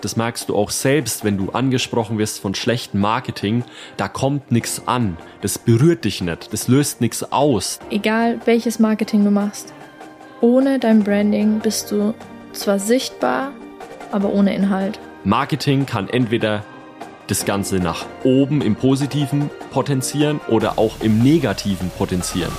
Das merkst du auch selbst, wenn du angesprochen wirst von schlechtem Marketing. Da kommt nichts an. Das berührt dich nicht. Das löst nichts aus. Egal, welches Marketing du machst. Ohne dein Branding bist du zwar sichtbar, aber ohne Inhalt. Marketing kann entweder das Ganze nach oben im Positiven potenzieren oder auch im Negativen potenzieren.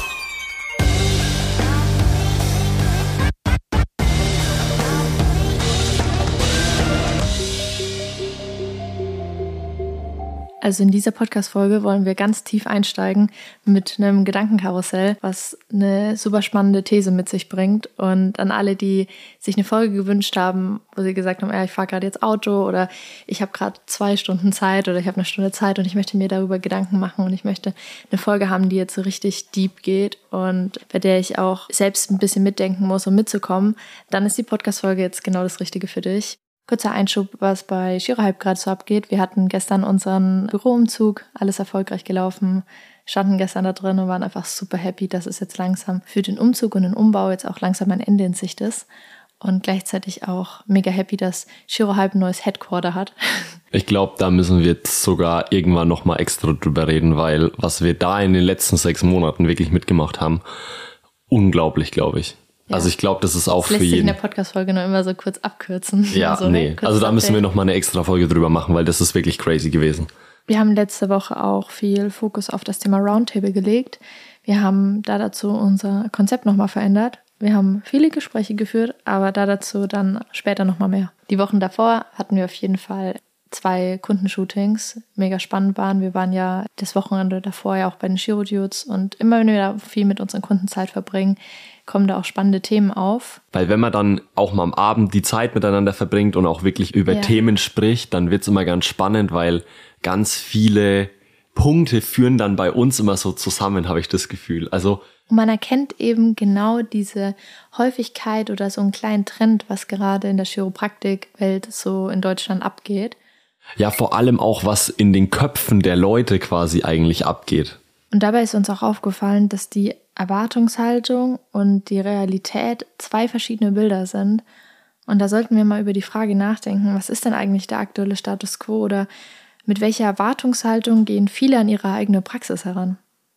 Also in dieser Podcast-Folge wollen wir ganz tief einsteigen mit einem Gedankenkarussell, was eine super spannende These mit sich bringt. Und an alle, die sich eine Folge gewünscht haben, wo sie gesagt haben, ich fahre gerade jetzt Auto oder ich habe gerade 2 Stunden Zeit oder ich habe 1 Stunde Zeit und ich möchte mir darüber Gedanken machen und ich möchte eine Folge haben, die jetzt so richtig deep geht und bei der ich auch selbst ein bisschen mitdenken muss, um mitzukommen, dann ist die Podcast-Folge jetzt genau das Richtige für dich. Kurzer Einschub, was bei Girohype gerade so abgeht. Wir hatten gestern unseren Büroumzug, alles erfolgreich gelaufen, standen gestern da drin und waren einfach super happy, dass es jetzt langsam für den Umzug und den Umbau jetzt auch langsam ein Ende in Sicht ist. Und gleichzeitig auch mega happy, dass Girohype ein neues Headquarter hat. Ich glaube, da müssen wir jetzt sogar irgendwann nochmal extra drüber reden, weil was wir da in den letzten 6 Monaten wirklich mitgemacht haben, unglaublich, glaube ich. Ja. Also ich glaube, das ist auch für jeden. Lässt sich in der Podcast-Folge nur immer so kurz abkürzen. Ja, so, nee. Also da müssen wir nochmal eine extra Folge drüber machen, weil das ist wirklich crazy gewesen. Wir haben letzte Woche auch viel Fokus auf das Thema Roundtable gelegt. Wir haben dazu unser Konzept nochmal verändert. Wir haben viele Gespräche geführt, aber dazu dann später nochmal mehr. Die Wochen davor hatten wir auf jeden Fall 2 Kundenshootings, mega spannend waren. Wir waren ja das Wochenende davor ja auch bei den Giro-Dudes und immer wenn wir da viel mit unseren Kunden Zeit verbringen, kommen da auch spannende Themen auf. Weil wenn man dann auch mal am Abend die Zeit miteinander verbringt und auch wirklich über Themen spricht, dann wird's immer ganz spannend, weil ganz viele Punkte führen dann bei uns immer so zusammen, habe ich das Gefühl. Also und man erkennt eben genau diese Häufigkeit oder so einen kleinen Trend, was gerade in der Chiropraktikwelt so in Deutschland abgeht. Ja, vor allem auch, was in den Köpfen der Leute quasi eigentlich abgeht. Und dabei ist uns auch aufgefallen, dass die Erwartungshaltung und die Realität 2 verschiedene Bilder sind. Und da sollten wir mal über die Frage nachdenken, was ist denn eigentlich der aktuelle Status quo oder mit welcher Erwartungshaltung gehen viele an ihre eigene Praxis heran?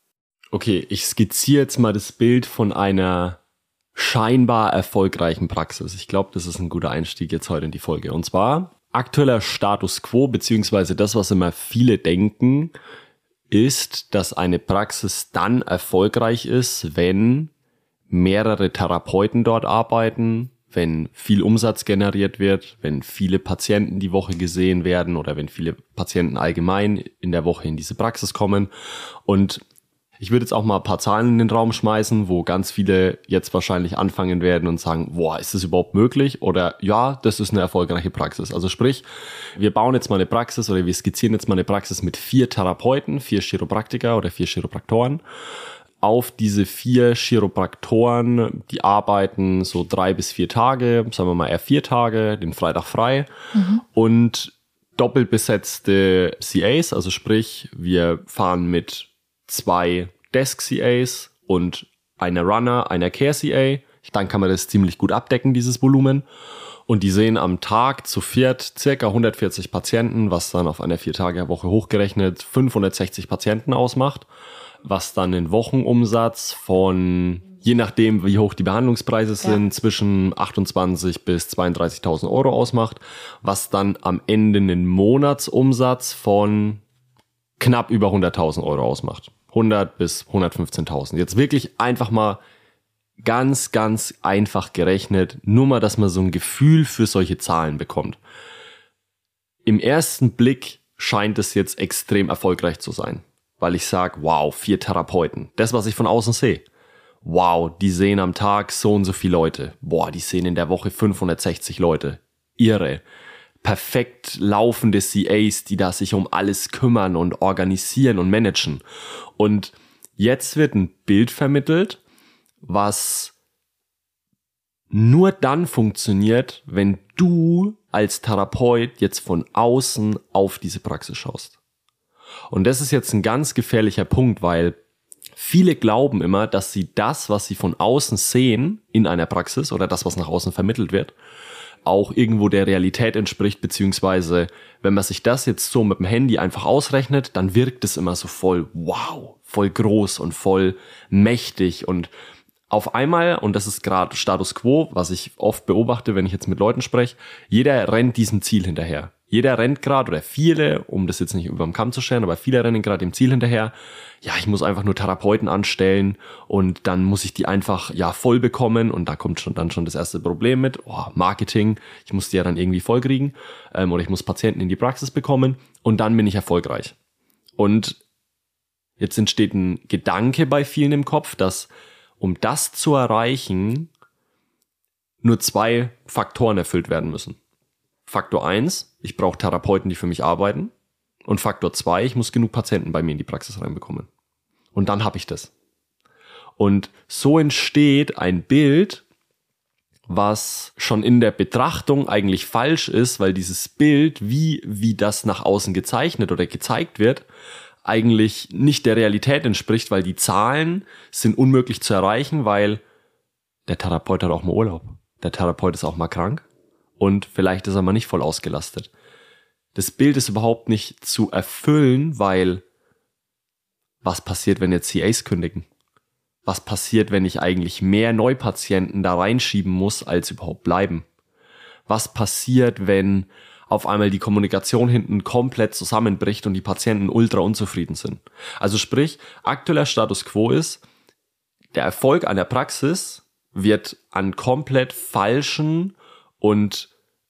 Okay, ich skizziere jetzt mal das Bild von einer scheinbar erfolgreichen Praxis. Ich glaube, das ist ein guter Einstieg jetzt heute in die Folge. Und zwar aktueller Status quo, beziehungsweise das, was immer viele denken, ist, dass eine Praxis dann erfolgreich ist, wenn mehrere Therapeuten dort arbeiten, wenn viel Umsatz generiert wird, wenn viele Patienten die Woche gesehen werden oder wenn viele Patienten allgemein in der Woche in diese Praxis kommen. Und ich würde jetzt auch mal ein paar Zahlen in den Raum schmeißen, wo ganz viele jetzt wahrscheinlich anfangen werden und sagen, boah, ist das überhaupt möglich? Oder ja, das ist eine erfolgreiche Praxis. Also sprich, wir bauen jetzt mal eine Praxis oder wir skizzieren jetzt mal eine Praxis mit 4 Therapeuten, 4 Chiropraktiker oder 4 Chiropraktoren. Auf diese 4 Chiropraktoren, die arbeiten so 3 bis 4 Tage, sagen wir mal eher 4 Tage, den Freitag frei. Und doppelt besetzte CAs, also sprich, wir fahren mit 2 Desk-CAs und einer Runner, einer Care-CA. Dann kann man das ziemlich gut abdecken, dieses Volumen. Und die sehen am Tag zu viert ca. 140 Patienten, was dann auf einer 4-Tage-Woche hochgerechnet 560 Patienten ausmacht, was dann einen Wochenumsatz von, je nachdem wie hoch die Behandlungspreise sind, zwischen 28.000 bis 32.000 Euro ausmacht, was dann am Ende einen Monatsumsatz von knapp über 100.000 Euro ausmacht. 100 bis 115.000. Jetzt wirklich einfach mal ganz, ganz einfach gerechnet, nur mal, dass man so ein Gefühl für solche Zahlen bekommt. Im ersten Blick scheint es jetzt extrem erfolgreich zu sein, weil ich sage, wow, 4 Therapeuten. Das, was ich von außen sehe. Wow, die sehen am Tag so und so viele Leute. Boah, die sehen in der Woche 560 Leute. Irre. Perfekt laufende CAs, die da sich um alles kümmern und organisieren und managen. Und jetzt wird ein Bild vermittelt, was nur dann funktioniert, wenn du als Therapeut jetzt von außen auf diese Praxis schaust. Und das ist jetzt ein ganz gefährlicher Punkt, weil viele glauben immer, dass sie das, was sie von außen sehen in einer Praxis oder das, was nach außen vermittelt wird, auch irgendwo der Realität entspricht, beziehungsweise wenn man sich das jetzt so mit dem Handy einfach ausrechnet, dann wirkt es immer so voll wow, voll groß und voll mächtig und auf einmal, und das ist gerade Status Quo, was ich oft beobachte, wenn ich jetzt mit Leuten spreche, jeder rennt diesem Ziel hinterher. Jeder rennt gerade, oder viele, um das jetzt nicht über den Kamm zu scheren, aber viele rennen gerade dem Ziel hinterher. Ja, ich muss einfach nur Therapeuten anstellen und dann muss ich die einfach voll bekommen und da kommt dann schon das erste Problem mit. Marketing, ich muss die ja dann irgendwie voll kriegen oder ich muss Patienten in die Praxis bekommen und dann bin ich erfolgreich. Und jetzt entsteht ein Gedanke bei vielen im Kopf, dass um das zu erreichen, nur 2 Faktoren erfüllt werden müssen. Faktor 1, ich brauche Therapeuten, die für mich arbeiten. Und Faktor 2, ich muss genug Patienten bei mir in die Praxis reinbekommen. Und dann habe ich das. Und so entsteht ein Bild, was schon in der Betrachtung eigentlich falsch ist, weil dieses Bild, wie das nach außen gezeichnet oder gezeigt wird, eigentlich nicht der Realität entspricht, weil die Zahlen sind unmöglich zu erreichen, weil der Therapeut hat auch mal Urlaub. Der Therapeut ist auch mal krank und vielleicht ist er mal nicht voll ausgelastet. Das Bild ist überhaupt nicht zu erfüllen, weil was passiert, wenn jetzt CAs kündigen? Was passiert, wenn ich eigentlich mehr Neupatienten da reinschieben muss, als überhaupt bleiben? Was passiert, wenn auf einmal die Kommunikation hinten komplett zusammenbricht und die Patienten ultra unzufrieden sind? Also sprich, aktueller Status quo ist, der Erfolg einer Praxis wird an komplett falschen und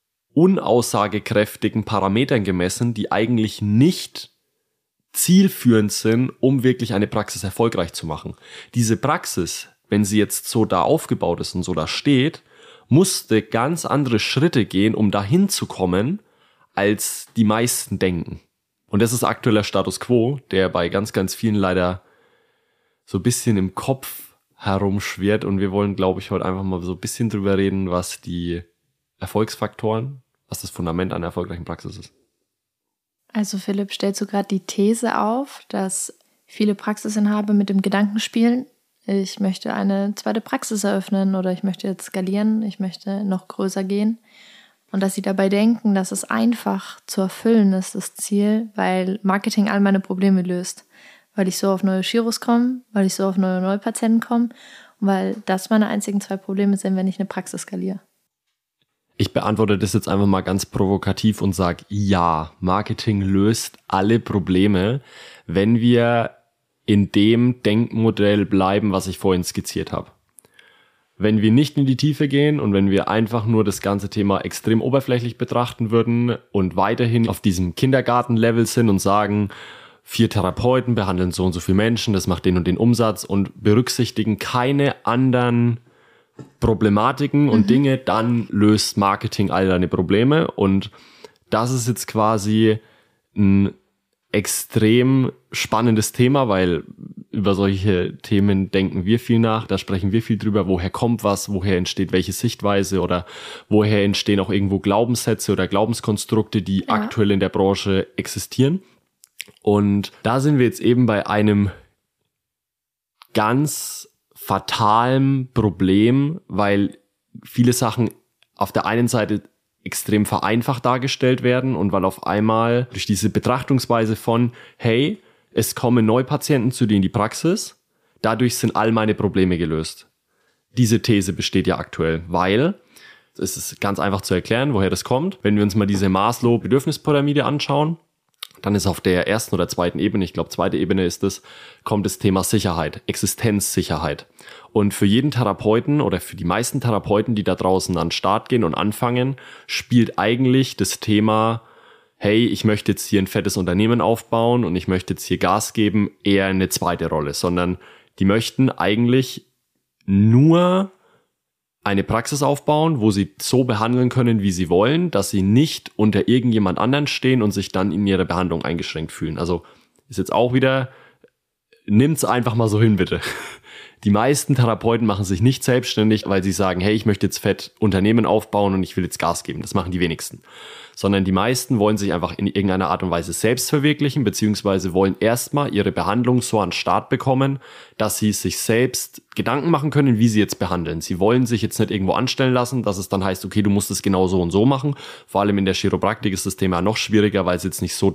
unaussagekräftigen Parametern gemessen, die eigentlich nicht zielführend sind, um wirklich eine Praxis erfolgreich zu machen. Diese Praxis, wenn sie jetzt so da aufgebaut ist und so da steht, musste ganz andere Schritte gehen, um dahin zu kommen, als die meisten denken. Und das ist aktueller Status quo, der bei ganz, ganz vielen leider so ein bisschen im Kopf herumschwirrt. Und wir wollen, glaube ich, heute einfach mal so ein bisschen drüber reden, was die Erfolgsfaktoren, was das Fundament einer erfolgreichen Praxis ist. Also Philipp, stellst du gerade die These auf, dass viele Praxisinhaber mit dem Gedanken spielen, ich möchte eine zweite Praxis eröffnen oder ich möchte jetzt skalieren, ich möchte noch größer gehen. Und dass sie dabei denken, dass es einfach zu erfüllen ist, das Ziel, weil Marketing all meine Probleme löst. Weil ich so auf neue Giros komme, weil ich so auf neue Neupatienten komme und weil das meine einzigen 2 Probleme sind, wenn ich eine Praxis skaliere. Ich beantworte das jetzt einfach mal ganz provokativ und sage, ja, Marketing löst alle Probleme, wenn wir in dem Denkmodell bleiben, was ich vorhin skizziert habe. Wenn wir nicht in die Tiefe gehen und wenn wir einfach nur das ganze Thema extrem oberflächlich betrachten würden und weiterhin auf diesem Kindergartenlevel sind und sagen, 4 Therapeuten behandeln so und so viele Menschen, das macht den und den Umsatz und berücksichtigen keine anderen Problematiken und Dinge, dann löst Marketing all deine Probleme. Und das ist jetzt quasi ein extrem spannendes Thema, weil über solche Themen denken wir viel nach, da sprechen wir viel drüber, woher kommt was, woher entsteht welche Sichtweise oder woher entstehen auch irgendwo Glaubenssätze oder Glaubenskonstrukte, die aktuell in der Branche existieren. Und da sind wir jetzt eben bei einem ganz fatalen Problem, weil viele Sachen auf der einen Seite extrem vereinfacht dargestellt werden und weil auf einmal durch diese Betrachtungsweise von, hey, es kommen Neupatienten zu dir in die Praxis, dadurch sind all meine Probleme gelöst. Diese These besteht ja aktuell, weil, es ist ganz einfach zu erklären, woher das kommt. Wenn wir uns mal diese Maslow-Bedürfnispyramide anschauen, dann ist auf der ersten oder zweiten Ebene, ich glaube 2. Ebene ist es, kommt das Thema Sicherheit, Existenzsicherheit. Und für jeden Therapeuten oder für die meisten Therapeuten, die da draußen an den Start gehen und anfangen, spielt eigentlich das Thema, hey, ich möchte jetzt hier ein fettes Unternehmen aufbauen und ich möchte jetzt hier Gas geben, eher eine zweite Rolle, sondern die möchten eigentlich nur eine Praxis aufbauen, wo sie so behandeln können, wie sie wollen, dass sie nicht unter irgendjemand anderen stehen und sich dann in ihrer Behandlung eingeschränkt fühlen. Also ist jetzt auch wieder, nimmt's einfach mal so hin, bitte. Die meisten Therapeuten machen sich nicht selbstständig, weil sie sagen, hey, ich möchte jetzt fett Unternehmen aufbauen und ich will jetzt Gas geben. Das machen die wenigsten. Sondern die meisten wollen sich einfach in irgendeiner Art und Weise selbst verwirklichen, beziehungsweise wollen erstmal ihre Behandlung so an den Start bekommen, dass sie sich selbst Gedanken machen können, wie sie jetzt behandeln. Sie wollen sich jetzt nicht irgendwo anstellen lassen, dass es dann heißt, okay, du musst es genau so und so machen. Vor allem in der Chiropraktik ist das Thema noch schwieriger, weil es jetzt nicht so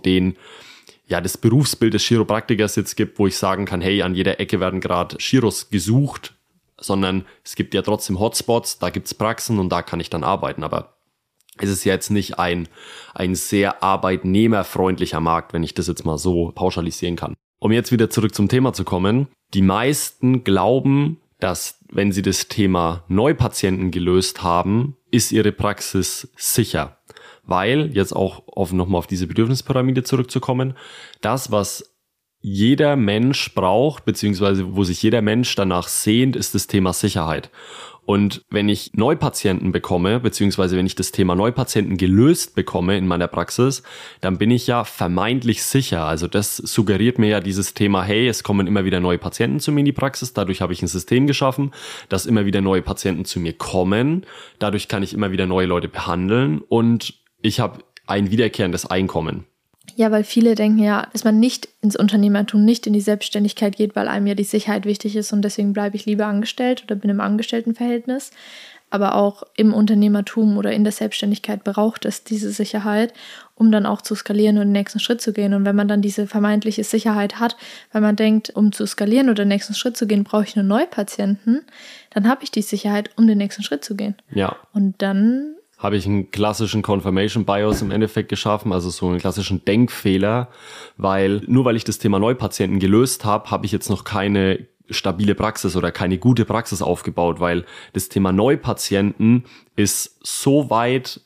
das Berufsbild des Chiropraktikers jetzt gibt, wo ich sagen kann, hey, an jeder Ecke werden gerade Chiros gesucht, sondern es gibt ja trotzdem Hotspots, da gibt's Praxen und da kann ich dann arbeiten, aber es ist ja jetzt nicht ein sehr arbeitnehmerfreundlicher Markt, wenn ich das jetzt mal so pauschalisieren kann. Um jetzt wieder zurück zum Thema zu kommen, die meisten glauben, dass wenn sie das Thema Neupatienten gelöst haben, ist ihre Praxis sicher. Weil, jetzt auch nochmal auf diese Bedürfnispyramide zurückzukommen, das, was jeder Mensch braucht, beziehungsweise wo sich jeder Mensch danach sehnt, ist das Thema Sicherheit. Und wenn ich Neupatienten bekomme, beziehungsweise wenn ich das Thema Neupatienten gelöst bekomme in meiner Praxis, dann bin ich ja vermeintlich sicher. Also das suggeriert mir ja dieses Thema, hey, es kommen immer wieder neue Patienten zu mir in die Praxis. Dadurch habe ich ein System geschaffen, dass immer wieder neue Patienten zu mir kommen. Dadurch kann ich immer wieder neue Leute behandeln und ich habe ein wiederkehrendes Einkommen. Ja, weil viele denken ja, dass man nicht ins Unternehmertum, nicht in die Selbstständigkeit geht, weil einem ja die Sicherheit wichtig ist und deswegen bleibe ich lieber angestellt oder bin im Angestelltenverhältnis. Aber auch im Unternehmertum oder in der Selbstständigkeit braucht es diese Sicherheit, um dann auch zu skalieren und den nächsten Schritt zu gehen. Und wenn man dann diese vermeintliche Sicherheit hat, weil man denkt, um zu skalieren oder den nächsten Schritt zu gehen, brauche ich nur Neupatienten, dann habe ich die Sicherheit, um den nächsten Schritt zu gehen. Ja. Und dann habe ich einen klassischen Confirmation Bias im Endeffekt geschaffen, also so einen klassischen Denkfehler, weil nur weil ich das Thema Neupatienten gelöst habe, habe ich jetzt noch keine stabile Praxis oder keine gute Praxis aufgebaut, weil das Thema Neupatienten ist so weit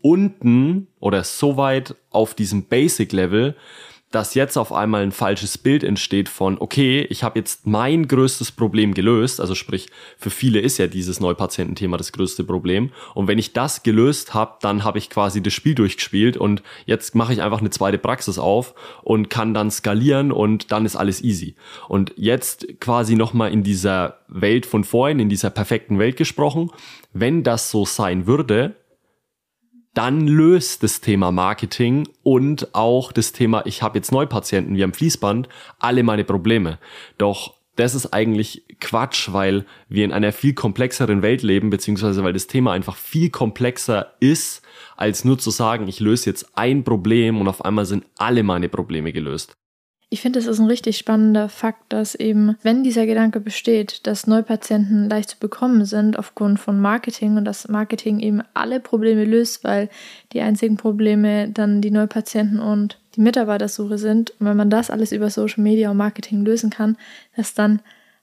unten oder so weit auf diesem Basic-Level, dass jetzt auf einmal ein falsches Bild entsteht von, okay, ich habe jetzt mein größtes Problem gelöst, also sprich, für viele ist ja dieses Neupatiententhema das größte Problem und wenn ich das gelöst habe, dann habe ich quasi das Spiel durchgespielt und jetzt mache ich einfach eine zweite Praxis auf und kann dann skalieren und dann ist alles easy. Und jetzt quasi nochmal in dieser Welt von vorhin, in dieser perfekten Welt gesprochen, wenn das so sein würde, dann löst das Thema Marketing und auch das Thema, ich habe jetzt Neupatienten wie am Fließband, alle meine Probleme. Doch das ist eigentlich Quatsch, weil wir in einer viel komplexeren Welt leben, beziehungsweise weil das Thema einfach viel komplexer ist, als nur zu sagen, ich löse jetzt ein Problem und auf einmal sind alle meine Probleme gelöst. Ich finde, es ist ein richtig spannender Fakt, dass eben, wenn dieser Gedanke besteht, dass Neupatienten leicht zu bekommen sind aufgrund von Marketing und dass Marketing eben alle Probleme löst, weil die einzigen Probleme dann die Neupatienten und die Mitarbeitersuche sind. Und wenn man das alles über Social Media und Marketing lösen kann, dass dann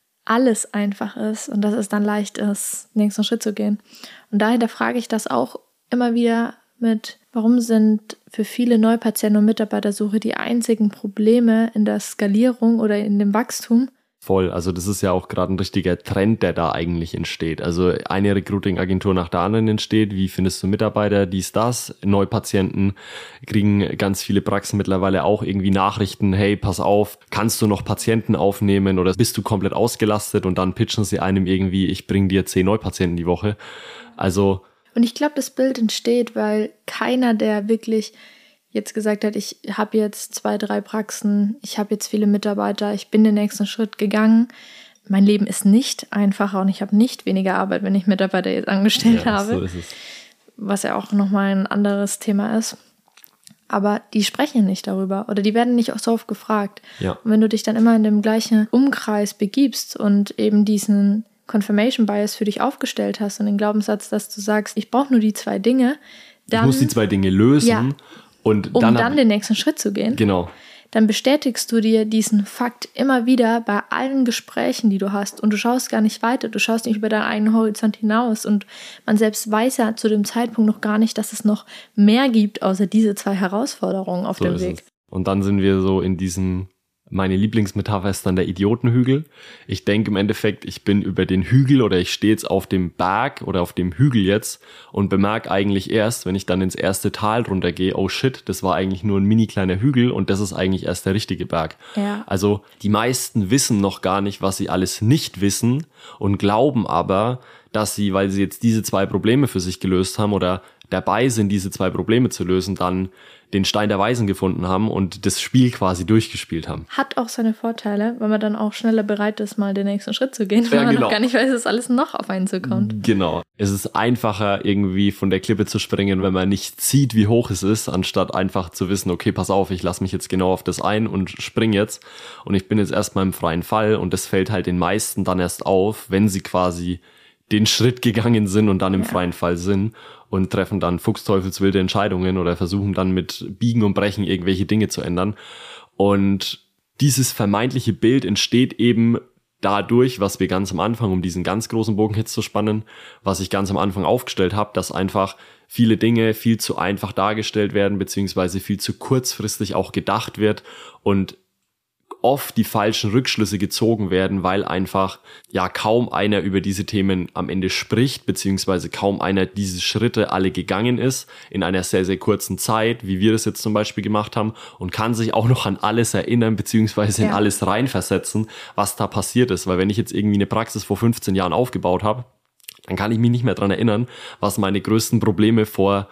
alles einfach ist und dass es dann leicht ist, den nächsten Schritt zu gehen. Und daher frage ich das auch immer wieder mit, warum sind für viele Neupatienten und Mitarbeitersuche die einzigen Probleme in der Skalierung oder in dem Wachstum? Voll, also das ist ja auch gerade ein richtiger Trend, der da eigentlich entsteht. Also eine Recruiting-Agentur nach der anderen entsteht. Wie findest du Mitarbeiter, dies, das? Neupatienten kriegen ganz viele Praxen mittlerweile auch irgendwie Nachrichten, hey, pass auf, kannst du noch Patienten aufnehmen oder bist du komplett ausgelastet? Und dann pitchen sie einem irgendwie, ich bringe dir 10 Neupatienten die Woche. Also und ich glaube, das Bild entsteht, weil keiner, der wirklich jetzt gesagt hat, ich habe jetzt 2, 3 Praxen, ich habe jetzt viele Mitarbeiter, ich bin den nächsten Schritt gegangen. Mein Leben ist nicht einfacher und ich habe nicht weniger Arbeit, wenn ich Mitarbeiter jetzt angestellt habe. So ist es. Was ja auch nochmal ein anderes Thema ist. Aber die sprechen nicht darüber oder die werden nicht so oft gefragt. Ja. Und wenn du dich dann immer in dem gleichen Umkreis begibst und eben diesen Confirmation Bias für dich aufgestellt hast und den Glaubenssatz, dass du sagst, ich brauche nur die 2 Dinge, dann, ich muss die 2 Dinge lösen, ja, und um dann den nächsten Schritt zu gehen. Genau. Dann bestätigst du dir diesen Fakt immer wieder bei allen Gesprächen, die du hast und du schaust gar nicht weiter, du schaust nicht über deinen eigenen Horizont hinaus und man selbst weiß ja zu dem Zeitpunkt noch gar nicht, dass es noch mehr gibt, außer diese 2 Herausforderungen auf dem Weg. Und dann sind wir so in diesem Meine Lieblingsmetapher ist dann der Idiotenhügel. Ich denke im Endeffekt, ich bin über den Hügel oder ich stehe jetzt auf dem Berg oder auf dem Hügel jetzt und bemerke eigentlich erst, wenn ich dann ins erste Tal runtergehe, oh shit, das war eigentlich nur ein mini kleiner Hügel und das ist eigentlich erst der richtige Berg. Ja. Also die meisten wissen noch gar nicht, was sie alles nicht wissen und glauben aber, dass sie, weil sie jetzt diese 2 Probleme für sich gelöst haben oder dabei sind, diese 2 Probleme zu lösen, dann den Stein der Weisen gefunden haben und das Spiel quasi durchgespielt haben. Hat auch seine Vorteile, weil man dann auch schneller bereit ist, mal den nächsten Schritt zu gehen, weil Ja, man genau. noch gar nicht weiß, dass alles noch auf einen zukommt. Genau. Es ist einfacher, irgendwie von der Klippe zu springen, wenn man nicht sieht, wie hoch es ist, anstatt einfach zu wissen, okay, pass auf, ich lasse mich jetzt genau auf das ein und spring jetzt. Und ich bin jetzt erstmal im freien Fall und das fällt halt den meisten dann erst auf, wenn sie quasi den Schritt gegangen sind und dann im freien Fall sind und treffen dann fuchsteufelswilde Entscheidungen oder versuchen dann mit Biegen und Brechen irgendwelche Dinge zu ändern. Und dieses vermeintliche Bild entsteht eben dadurch, was wir ganz am Anfang, um diesen ganz großen Bogen jetzt zu spannen, was ich ganz am Anfang aufgestellt habe, dass einfach viele Dinge viel zu einfach dargestellt werden, beziehungsweise viel zu kurzfristig auch gedacht wird und oft die falschen Rückschlüsse gezogen werden, weil einfach ja kaum einer über diese Themen am Ende spricht, beziehungsweise kaum einer diese Schritte alle gegangen ist in einer sehr, sehr kurzen Zeit, wie wir das jetzt zum Beispiel gemacht haben und kann sich auch noch an alles erinnern, beziehungsweise in alles reinversetzen, was da passiert ist. Weil wenn ich jetzt irgendwie eine Praxis vor 15 Jahren aufgebaut habe, dann kann ich mich nicht mehr dran erinnern, was meine größten Probleme vor,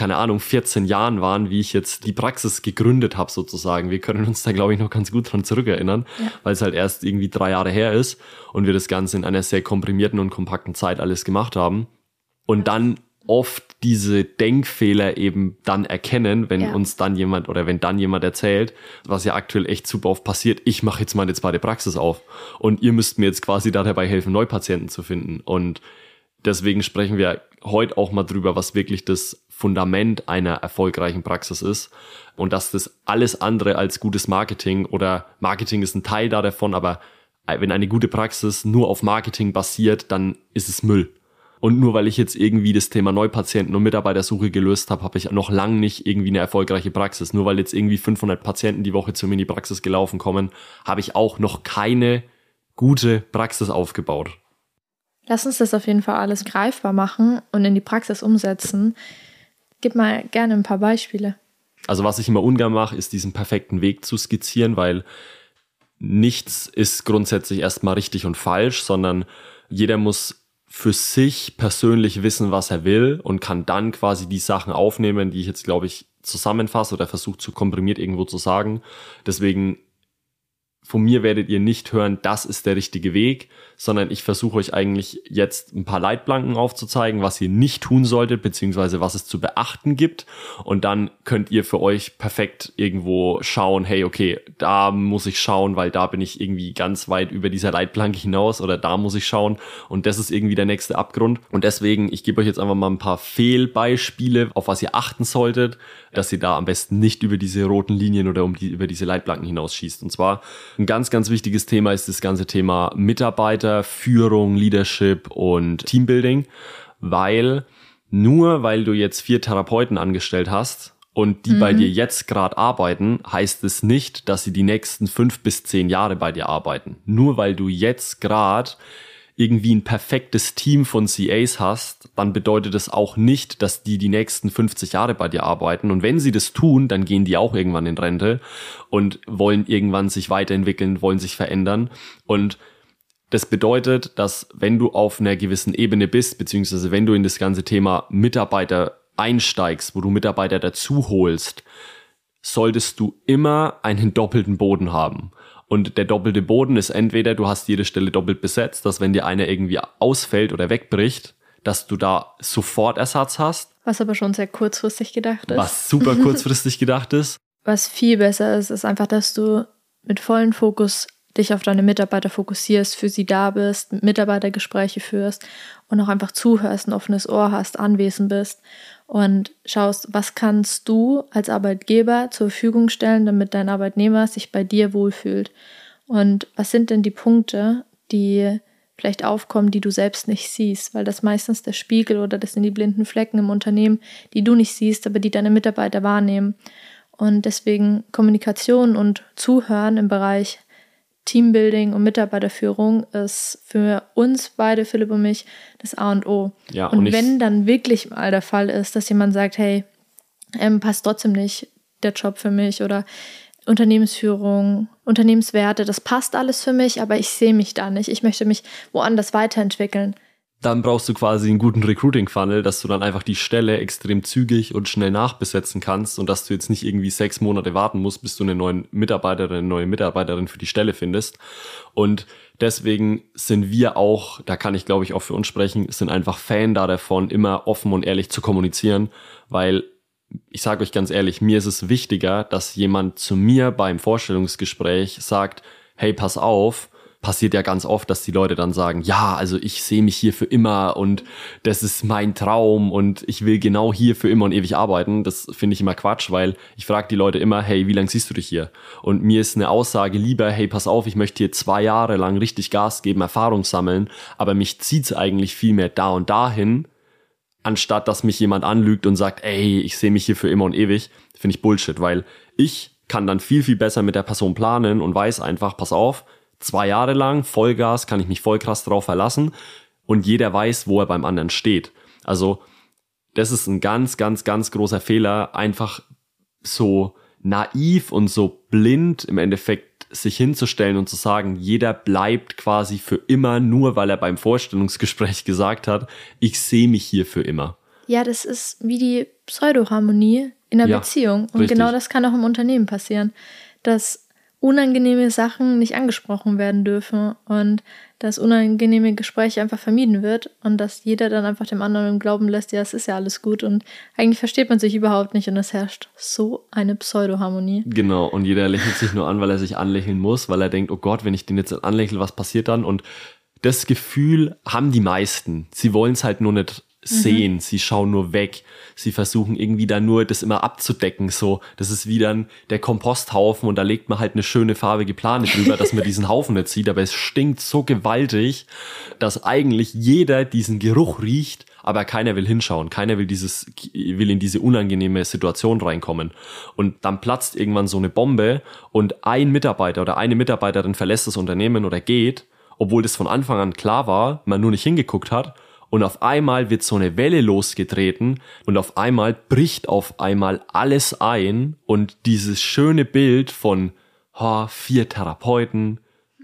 14 Jahren waren, wie ich jetzt die Praxis gegründet habe sozusagen. Wir können uns da, glaube ich, noch ganz gut dran zurückerinnern, weil es halt erst irgendwie 3 Jahre her ist und wir das Ganze in einer sehr komprimierten und kompakten Zeit alles gemacht haben. Und dann oft diese Denkfehler eben dann erkennen, wenn uns dann jemand oder wenn dann jemand erzählt, was ja aktuell echt super oft passiert, ich mache jetzt meine 2. Praxis auf und ihr müsst mir jetzt quasi dabei helfen, Neupatienten zu finden. Und deswegen sprechen wir heute auch mal drüber, was wirklich das Fundament einer erfolgreichen Praxis ist und dass das alles andere als gutes Marketing oder Marketing ist ein Teil davon, aber wenn eine gute Praxis nur auf Marketing basiert, dann ist es Müll. Und nur weil ich jetzt irgendwie das Thema Neupatienten und Mitarbeitersuche gelöst habe, habe ich noch lange nicht irgendwie eine erfolgreiche Praxis. Nur weil jetzt irgendwie 500 Patienten die Woche zur Mini-Praxis gelaufen kommen, habe ich auch noch keine gute Praxis aufgebaut. Lass uns das auf jeden Fall alles greifbar machen und in die Praxis umsetzen. Gib mal gerne ein paar Beispiele. Also was ich immer ungern mache, ist diesen perfekten Weg zu skizzieren, weil nichts ist grundsätzlich erstmal richtig und falsch, sondern jeder muss für sich persönlich wissen, was er will und kann dann quasi die Sachen aufnehmen, die ich jetzt, glaube ich, zusammenfasse oder versuche zu komprimiert irgendwo zu sagen. Deswegen von mir werdet ihr nicht hören, das ist der richtige Weg, sondern ich versuche euch eigentlich jetzt ein paar Leitplanken aufzuzeigen, was ihr nicht tun solltet, beziehungsweise was es zu beachten gibt. Und dann könnt ihr für euch perfekt irgendwo schauen, hey, okay, da muss ich schauen, weil da bin ich irgendwie ganz weit über dieser Leitplanke hinaus oder da muss ich schauen und das ist irgendwie der nächste Abgrund. Und deswegen, ich gebe euch jetzt einfach mal ein paar Fehlbeispiele, auf was ihr achten solltet, dass ihr da am besten nicht über diese roten Linien oder über diese Leitplanken hinausschießt. Und zwar ein ganz, ganz wichtiges Thema ist das ganze Thema Mitarbeiter, Führung, Leadership und Teambuilding, weil nur weil du jetzt 4 Therapeuten angestellt hast und die bei dir jetzt gerade arbeiten, heißt es nicht, dass sie die nächsten 5 bis 10 Jahre bei dir arbeiten. Nur weil du jetzt gerade irgendwie ein perfektes Team von CAs hast, dann bedeutet es auch nicht, dass die nächsten 50 Jahre bei dir arbeiten. Und wenn sie das tun, dann gehen die auch irgendwann in Rente und wollen irgendwann sich weiterentwickeln, wollen sich verändern. Und das bedeutet, dass wenn du auf einer gewissen Ebene bist, beziehungsweise wenn du in das ganze Thema Mitarbeiter einsteigst, wo du Mitarbeiter dazu holst, solltest du immer einen doppelten Boden haben. Und der doppelte Boden ist entweder, du hast jede Stelle doppelt besetzt, dass wenn dir einer irgendwie ausfällt oder wegbricht, dass du da sofort Ersatz hast. Was aber schon sehr kurzfristig gedacht ist. Was super kurzfristig gedacht ist. Was viel besser ist, ist einfach, dass du mit vollem Fokus dich auf deine Mitarbeiter fokussierst, für sie da bist, Mitarbeitergespräche führst und auch einfach zuhörst, ein offenes Ohr hast, anwesend bist und schaust, was kannst du als Arbeitgeber zur Verfügung stellen, damit dein Arbeitnehmer sich bei dir wohlfühlt. Und was sind denn die Punkte, die vielleicht aufkommen, die du selbst nicht siehst, weil das meistens der Spiegel oder das sind die blinden Flecken im Unternehmen, die du nicht siehst, aber die deine Mitarbeiter wahrnehmen. Und deswegen Kommunikation und Zuhören im Bereich Teambuilding und Mitarbeiterführung ist für uns beide, Philipp und mich, das A und O. Ja, und wenn dann wirklich mal der Fall ist, dass jemand sagt, hey, passt trotzdem nicht der Job für mich oder Unternehmensführung, Unternehmenswerte, das passt alles für mich, aber ich sehe mich da nicht. Ich möchte mich woanders weiterentwickeln. Dann brauchst du quasi einen guten Recruiting-Funnel, dass du dann einfach die Stelle extrem zügig und schnell nachbesetzen kannst und dass du jetzt nicht irgendwie 6 Monate warten musst, bis du eine neue Mitarbeiterin für die Stelle findest. Und deswegen sind wir auch, da kann ich glaube ich auch für uns sprechen, sind einfach Fan davon, immer offen und ehrlich zu kommunizieren, weil ich sage euch ganz ehrlich, mir ist es wichtiger, dass jemand zu mir beim Vorstellungsgespräch sagt, hey, pass auf, passiert ja ganz oft, dass die Leute dann sagen, ja, also ich sehe mich hier für immer und das ist mein Traum und ich will genau hier für immer und ewig arbeiten. Das finde ich immer Quatsch, weil ich frage die Leute immer, hey, wie lange siehst du dich hier? Und mir ist eine Aussage lieber, hey, pass auf, ich möchte hier 2 Jahre lang richtig Gas geben, Erfahrung sammeln, aber mich zieht's eigentlich viel mehr da und dahin, anstatt dass mich jemand anlügt und sagt, ey, ich sehe mich hier für immer und ewig. Finde ich Bullshit, weil ich kann dann viel, viel besser mit der Person planen und weiß einfach, pass auf, 2 Jahre lang, Vollgas, kann ich mich voll krass drauf verlassen und jeder weiß, wo er beim anderen steht. Also das ist ein ganz, ganz, ganz großer Fehler, einfach so naiv und so blind im Endeffekt sich hinzustellen und zu sagen, jeder bleibt quasi für immer, nur weil er beim Vorstellungsgespräch gesagt hat, ich sehe mich hier für immer. Ja, das ist wie die Pseudoharmonie in einer Beziehung. Und richtig. Genau das kann auch im Unternehmen passieren, dass unangenehme Sachen nicht angesprochen werden dürfen und dass unangenehme Gespräche einfach vermieden wird und dass jeder dann einfach dem anderen im Glauben lässt, ja, es ist ja alles gut und eigentlich versteht man sich überhaupt nicht und es herrscht so eine Pseudoharmonie. Genau, und jeder lächelt sich nur an, weil er sich anlächeln muss, weil er denkt, oh Gott, wenn ich den jetzt anlächle, was passiert dann? Und das Gefühl haben die meisten. Sie wollen es halt nur nicht sehen, sie schauen nur weg, sie versuchen irgendwie dann nur das immer abzudecken, so, das ist wie dann der Komposthaufen und da legt man halt eine schöne farbige Plane drüber, dass man diesen Haufen nicht sieht, aber es stinkt so gewaltig, dass eigentlich jeder diesen Geruch riecht, aber keiner will hinschauen, keiner will in diese unangenehme Situation reinkommen und dann platzt irgendwann so eine Bombe und ein Mitarbeiter oder eine Mitarbeiterin verlässt das Unternehmen oder geht, obwohl das von Anfang an klar war, man nur nicht hingeguckt hat. Und auf einmal wird so eine Welle losgetreten und auf einmal bricht auf einmal alles ein und dieses schöne Bild von 4 Therapeuten,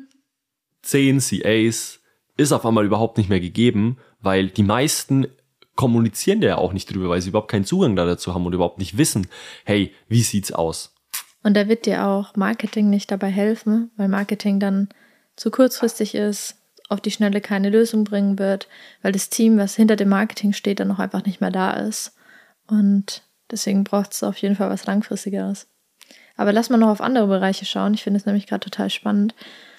10 CAs ist auf einmal überhaupt nicht mehr gegeben, weil die meisten kommunizieren ja auch nicht drüber, weil sie überhaupt keinen Zugang dazu haben und überhaupt nicht wissen, hey, wie sieht's aus? Und da wird dir auch Marketing nicht dabei helfen, weil Marketing dann zu kurzfristig ist, auf die Schnelle keine Lösung bringen wird, weil das Team, was hinter dem Marketing steht, dann auch einfach nicht mehr da ist. Und deswegen braucht es auf jeden Fall was Langfristigeres. Aber lass mal noch auf andere Bereiche schauen. Ich finde es nämlich gerade total spannend.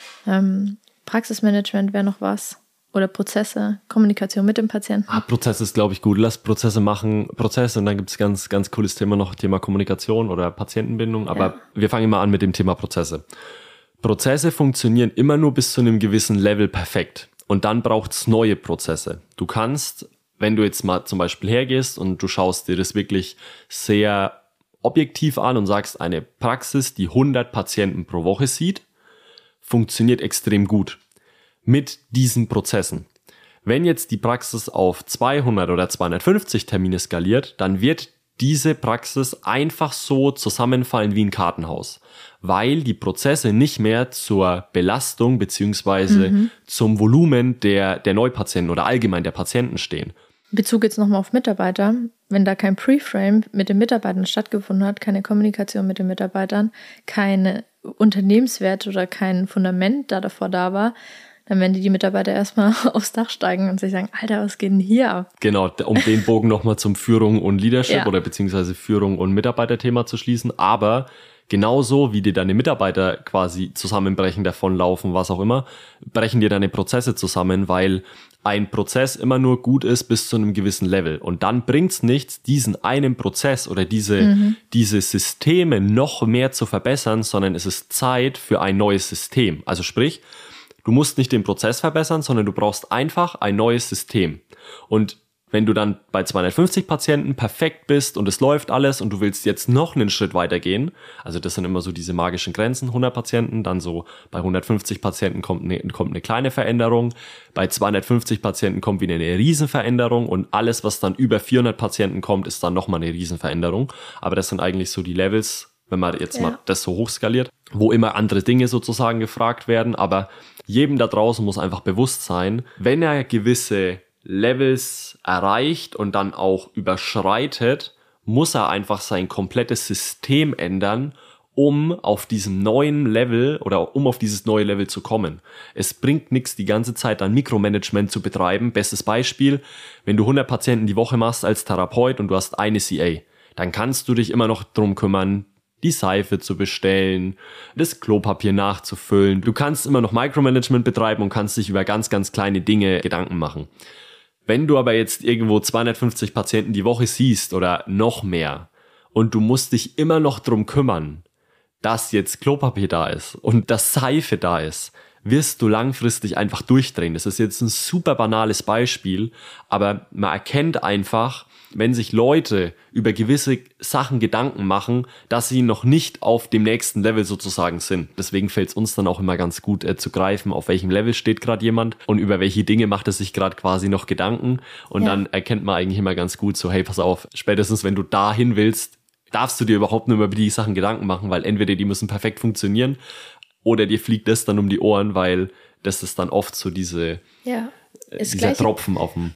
Praxismanagement wäre noch was. Oder Prozesse, Kommunikation mit dem Patienten. Prozesse ist, glaube ich, gut. Lass Prozesse machen. Prozesse und dann gibt es ganz, ganz cooles Thema noch, Thema Kommunikation oder Patientenbindung. Aber wir fangen mal an mit dem Thema Prozesse. Prozesse funktionieren immer nur bis zu einem gewissen Level perfekt und dann braucht's neue Prozesse. Du kannst, wenn du jetzt mal zum Beispiel hergehst und du schaust dir das wirklich sehr objektiv an und sagst, eine Praxis, die 100 Patienten pro Woche sieht, funktioniert extrem gut mit diesen Prozessen. Wenn jetzt die Praxis auf 200 oder 250 Termine skaliert, dann wird diese Praxis einfach so zusammenfallen wie ein Kartenhaus, weil die Prozesse nicht mehr zur Belastung beziehungsweise zum Volumen der Neupatienten oder allgemein der Patienten stehen. In Bezug jetzt nochmal auf Mitarbeiter, wenn da kein Pre-Frame mit den Mitarbeitern stattgefunden hat, keine Kommunikation mit den Mitarbeitern, keine Unternehmenswerte oder kein Fundament da davor da war, dann werden die Mitarbeiter erstmal aufs Dach steigen und sich sagen, Alter, was geht denn hier ab? Genau, um den Bogen nochmal zum Führung und Leadership oder beziehungsweise Führung und Mitarbeiterthema zu schließen. Aber genauso wie dir deine Mitarbeiter quasi zusammenbrechen, davonlaufen, was auch immer, brechen dir deine Prozesse zusammen, weil ein Prozess immer nur gut ist bis zu einem gewissen Level. Und dann bringt's nichts, diesen einen Prozess oder diese Systeme noch mehr zu verbessern, sondern es ist Zeit für ein neues System. Also sprich, du musst nicht den Prozess verbessern, sondern du brauchst einfach ein neues System. Und Wenn du dann bei 250 Patienten perfekt bist und es läuft alles und du willst jetzt noch einen Schritt weiter gehen, also das sind immer so diese magischen Grenzen, 100 Patienten, dann so bei 150 Patienten kommt eine kleine Veränderung, bei 250 Patienten kommt wieder eine Riesenveränderung und alles, was dann über 400 Patienten kommt, ist dann nochmal eine Riesenveränderung. Aber das sind eigentlich so die Levels, wenn man jetzt mal das so hochskaliert, wo immer andere Dinge sozusagen gefragt werden, aber jedem da draußen muss einfach bewusst sein, wenn er gewisse Levels erreicht und dann auch überschreitet, muss er einfach sein komplettes System ändern, um auf diesem neuen Level oder um auf dieses neue Level zu kommen. Es bringt nichts, die ganze Zeit dann Mikromanagement zu betreiben. Bestes Beispiel, wenn du 100 Patienten die Woche machst als Therapeut und du hast eine CA, dann kannst du dich immer noch drum kümmern, die Seife zu bestellen, das Klopapier nachzufüllen. Du kannst immer noch Micromanagement betreiben und kannst dich über ganz, ganz kleine Dinge Gedanken machen. Wenn du aber jetzt irgendwo 250 Patienten die Woche siehst oder noch mehr und du musst dich immer noch drum kümmern, dass jetzt Klopapier da ist und dass Seife da ist, wirst du langfristig einfach durchdrehen. Das ist jetzt ein super banales Beispiel, aber man erkennt einfach, wenn sich Leute über gewisse Sachen Gedanken machen, dass sie noch nicht auf dem nächsten Level sozusagen sind. Deswegen fällt es uns dann auch immer ganz gut zu greifen, auf welchem Level steht gerade jemand und über welche Dinge macht es sich gerade quasi noch Gedanken. Und dann erkennt man eigentlich immer ganz gut so, hey, pass auf, spätestens wenn du dahin willst, darfst du dir überhaupt nur über die Sachen Gedanken machen, weil entweder die müssen perfekt funktionieren oder dir fliegt das dann um die Ohren, weil das ist dann oft so dieser Tropfen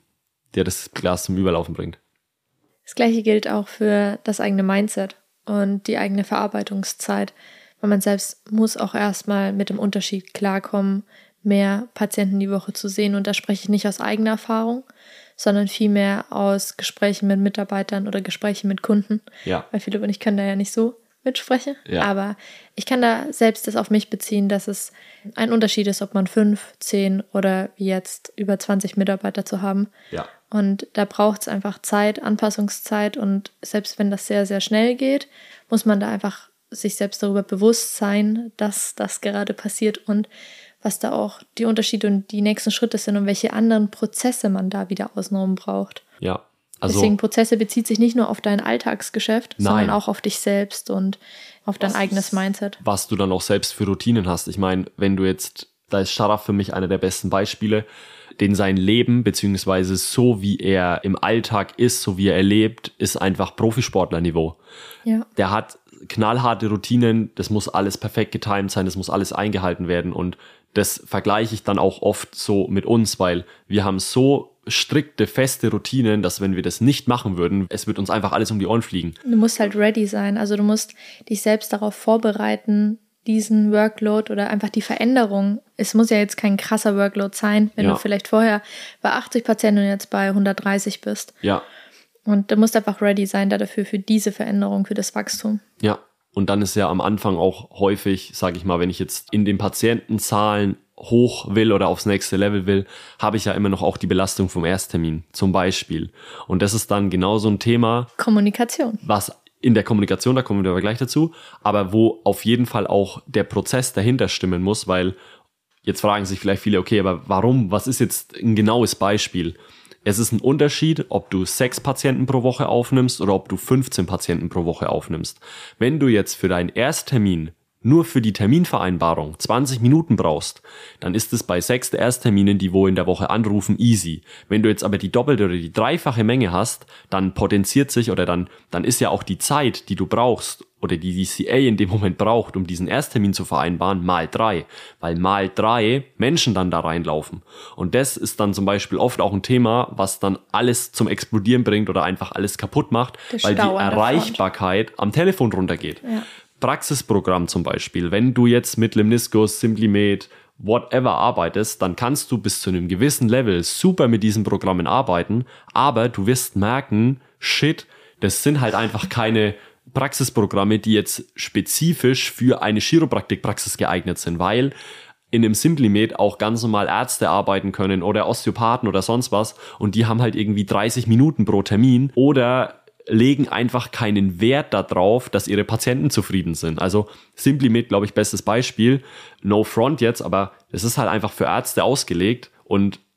der das Glas zum Überlaufen bringt. Das Gleiche gilt auch für das eigene Mindset und die eigene Verarbeitungszeit, weil man selbst muss auch erstmal mit dem Unterschied klarkommen, mehr Patienten die Woche zu sehen. Und da spreche ich nicht aus eigener Erfahrung, sondern vielmehr aus Gesprächen mit Mitarbeitern oder Gesprächen mit Kunden. Ja. Weil Philipp und ich können da ja nicht so mitsprechen. Ja. Aber ich kann da selbst das auf mich beziehen, dass es ein Unterschied ist, ob man 5, 10 oder wie jetzt über 20 Mitarbeiter zu haben. Ja. Und da braucht es einfach Zeit, Anpassungszeit. Und selbst wenn das sehr, sehr schnell geht, muss man da einfach sich selbst darüber bewusst sein, dass das gerade passiert und was da auch die Unterschiede und die nächsten Schritte sind und welche anderen Prozesse man da wieder außenrum braucht. Ja. Also, deswegen Prozesse bezieht sich nicht nur auf dein Alltagsgeschäft, sondern auch auf dich selbst und auf dein eigenes Mindset. Was du dann auch selbst für Routinen hast. Ich meine, wenn du jetzt, da ist Sharaf für mich einer der besten Beispiele, den sein Leben, beziehungsweise so wie er im Alltag ist, so wie er lebt, ist einfach Profisportlerniveau. Ja. Der hat knallharte Routinen, das muss alles perfekt getimed sein, das muss alles eingehalten werden und das vergleiche ich dann auch oft so mit uns, weil wir haben so strikte, feste Routinen, dass wenn wir das nicht machen würden, es wird uns einfach alles um die Ohren fliegen. Du musst halt ready sein, also du musst dich selbst darauf vorbereiten, diesen Workload oder einfach die Veränderung. Es muss ja jetzt kein krasser Workload sein, wenn du vielleicht vorher bei 80 Patienten und jetzt bei 130 bist. Ja. Und du musst einfach ready sein dafür, für diese Veränderung, für das Wachstum. Ja. Und dann ist ja am Anfang auch häufig, sage ich mal, wenn ich jetzt in den Patientenzahlen hoch will oder aufs nächste Level will, habe ich ja immer noch auch die Belastung vom Ersttermin zum Beispiel. Und das ist dann genau so ein Thema. Kommunikation. Was in der Kommunikation, da kommen wir aber gleich dazu, aber wo auf jeden Fall auch der Prozess dahinter stimmen muss, weil jetzt fragen sich vielleicht viele, okay, aber warum? Was ist jetzt ein genaues Beispiel? Es ist ein Unterschied, ob du 6 Patienten pro Woche aufnimmst oder ob du 15 Patienten pro Woche aufnimmst. Wenn du jetzt für deinen Ersttermin nur für die Terminvereinbarung 20 Minuten brauchst, dann ist es bei 6 Erstterminen, die wo in der Woche anrufen, easy. Wenn du jetzt aber die doppelte oder die dreifache Menge hast, dann potenziert sich oder dann ist ja auch die Zeit, die du brauchst oder die DCA in dem Moment braucht, um diesen Ersttermin zu vereinbaren, mal 3. Weil mal 3 Menschen dann da reinlaufen. Und das ist dann zum Beispiel oft auch ein Thema, was dann alles zum Explodieren bringt oder einfach alles kaputt macht, weil die Erreichbarkeit am Telefon runtergeht. Ja. Praxisprogramm zum Beispiel, wenn du jetzt mit Lemniscus, SimplyMed, whatever arbeitest, dann kannst du bis zu einem gewissen Level super mit diesen Programmen arbeiten, aber du wirst merken, shit, das sind halt einfach keine Praxisprogramme, die jetzt spezifisch für eine Chiropraktikpraxis geeignet sind, weil in einem SimplyMed auch ganz normal Ärzte arbeiten können oder Osteopathen oder sonst was und die haben halt irgendwie 30 Minuten pro Termin oder legen einfach keinen Wert darauf, dass ihre Patienten zufrieden sind. Also SimplyMed, glaube ich, bestes Beispiel. No front jetzt, aber es ist halt einfach für Ärzte ausgelegt und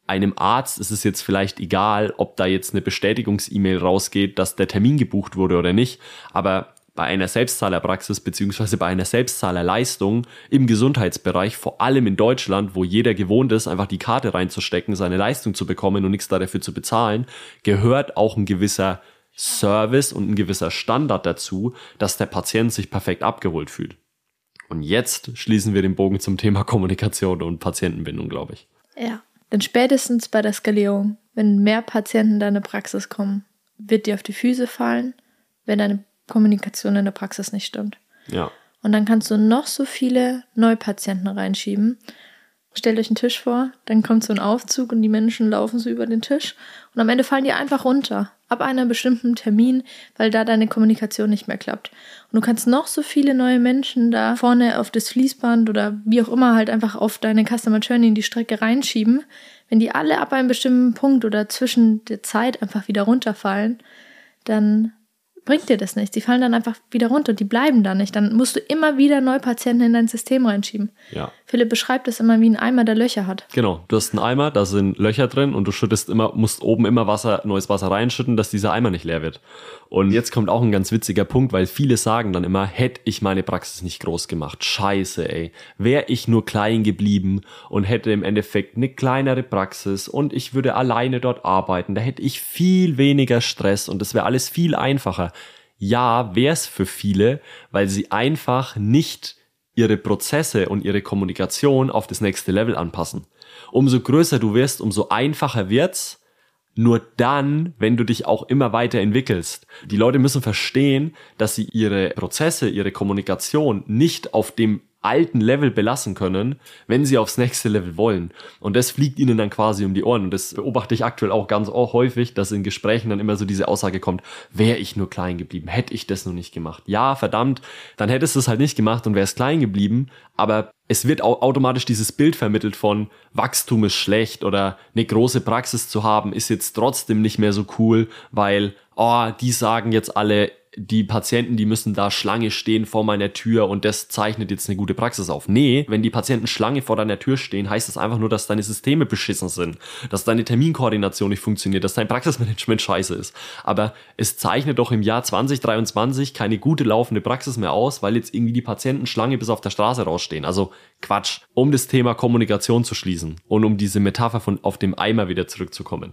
einem Arzt ist es jetzt vielleicht egal, ob da jetzt eine Bestätigungs-E-Mail rausgeht, dass der Termin gebucht wurde oder nicht, aber bei einer Selbstzahlerpraxis beziehungsweise bei einer Selbstzahlerleistung im Gesundheitsbereich, vor allem in Deutschland, wo jeder gewohnt ist, einfach die Karte reinzustecken, seine Leistung zu bekommen und nichts dafür zu bezahlen, gehört auch ein gewisser Service und ein gewisser Standard dazu, dass der Patient sich perfekt abgeholt fühlt. Und jetzt schließen wir den Bogen zum Thema Kommunikation und Patientenbindung, glaube ich. Ja, denn spätestens bei der Skalierung, wenn mehr Patienten in deine Praxis kommen, wird dir auf die Füße fallen, wenn deine Kommunikation in der Praxis nicht stimmt. Ja. Und dann kannst du noch so viele Neupatienten reinschieben. Stellt euch einen Tisch vor, dann kommt so ein Aufzug und die Menschen laufen so über den Tisch und am Ende fallen die einfach runter, ab einem bestimmten Termin, weil da deine Kommunikation nicht mehr klappt. Und du kannst noch so viele neue Menschen da vorne auf das Fließband oder wie auch immer halt einfach auf deine Customer Journey in die Strecke reinschieben. Wenn die alle ab einem bestimmten Punkt oder zwischen der Zeit einfach wieder runterfallen, dann bringt dir das nichts. Die fallen dann einfach wieder runter, die bleiben da nicht. Dann musst du immer wieder Neupatienten in dein System reinschieben. Ja. Philipp beschreibt das immer wie ein Eimer, der Löcher hat. Genau, du hast einen Eimer, da sind Löcher drin und du musst oben immer neues Wasser reinschütten, dass dieser Eimer nicht leer wird. Und jetzt kommt auch ein ganz witziger Punkt, weil viele sagen dann immer, hätte ich meine Praxis nicht groß gemacht. Scheiße, ey. Wäre ich nur klein geblieben und hätte im Endeffekt eine kleinere Praxis und ich würde alleine dort arbeiten, da hätte ich viel weniger Stress und das wäre alles viel einfacher. Ja, wäre es für viele, weil sie einfach nicht ihre Prozesse und ihre Kommunikation auf das nächste Level anpassen. Umso größer du wirst, umso einfacher wird's. Nur dann, wenn du dich auch immer weiterentwickelst. Die Leute müssen verstehen, dass sie ihre Prozesse, ihre Kommunikation nicht auf dem alten Level belassen können, wenn sie aufs nächste Level wollen. Und das fliegt ihnen dann quasi um die Ohren. Und das beobachte ich aktuell auch ganz häufig, dass in Gesprächen dann immer so diese Aussage kommt, wäre ich nur klein geblieben, hätte ich das nur nicht gemacht. Ja, verdammt, dann hättest du es halt nicht gemacht und wärst klein geblieben, aber es wird automatisch dieses Bild vermittelt von Wachstum ist schlecht oder eine große Praxis zu haben ist jetzt trotzdem nicht mehr so cool, weil, die sagen jetzt alle, die Patienten, die müssen da Schlange stehen vor meiner Tür und das zeichnet jetzt eine gute Praxis auf. Nee, wenn die Patienten Schlange vor deiner Tür stehen, heißt das einfach nur, dass deine Systeme beschissen sind, dass deine Terminkoordination nicht funktioniert, dass dein Praxismanagement scheiße ist. Aber es zeichnet doch im Jahr 2023 keine gute laufende Praxis mehr aus, weil jetzt irgendwie die Patienten Schlange bis auf der Straße rausstehen. Also Quatsch. Um das Thema Kommunikation zu schließen und um diese Metapher von auf dem Eimer wieder zurückzukommen.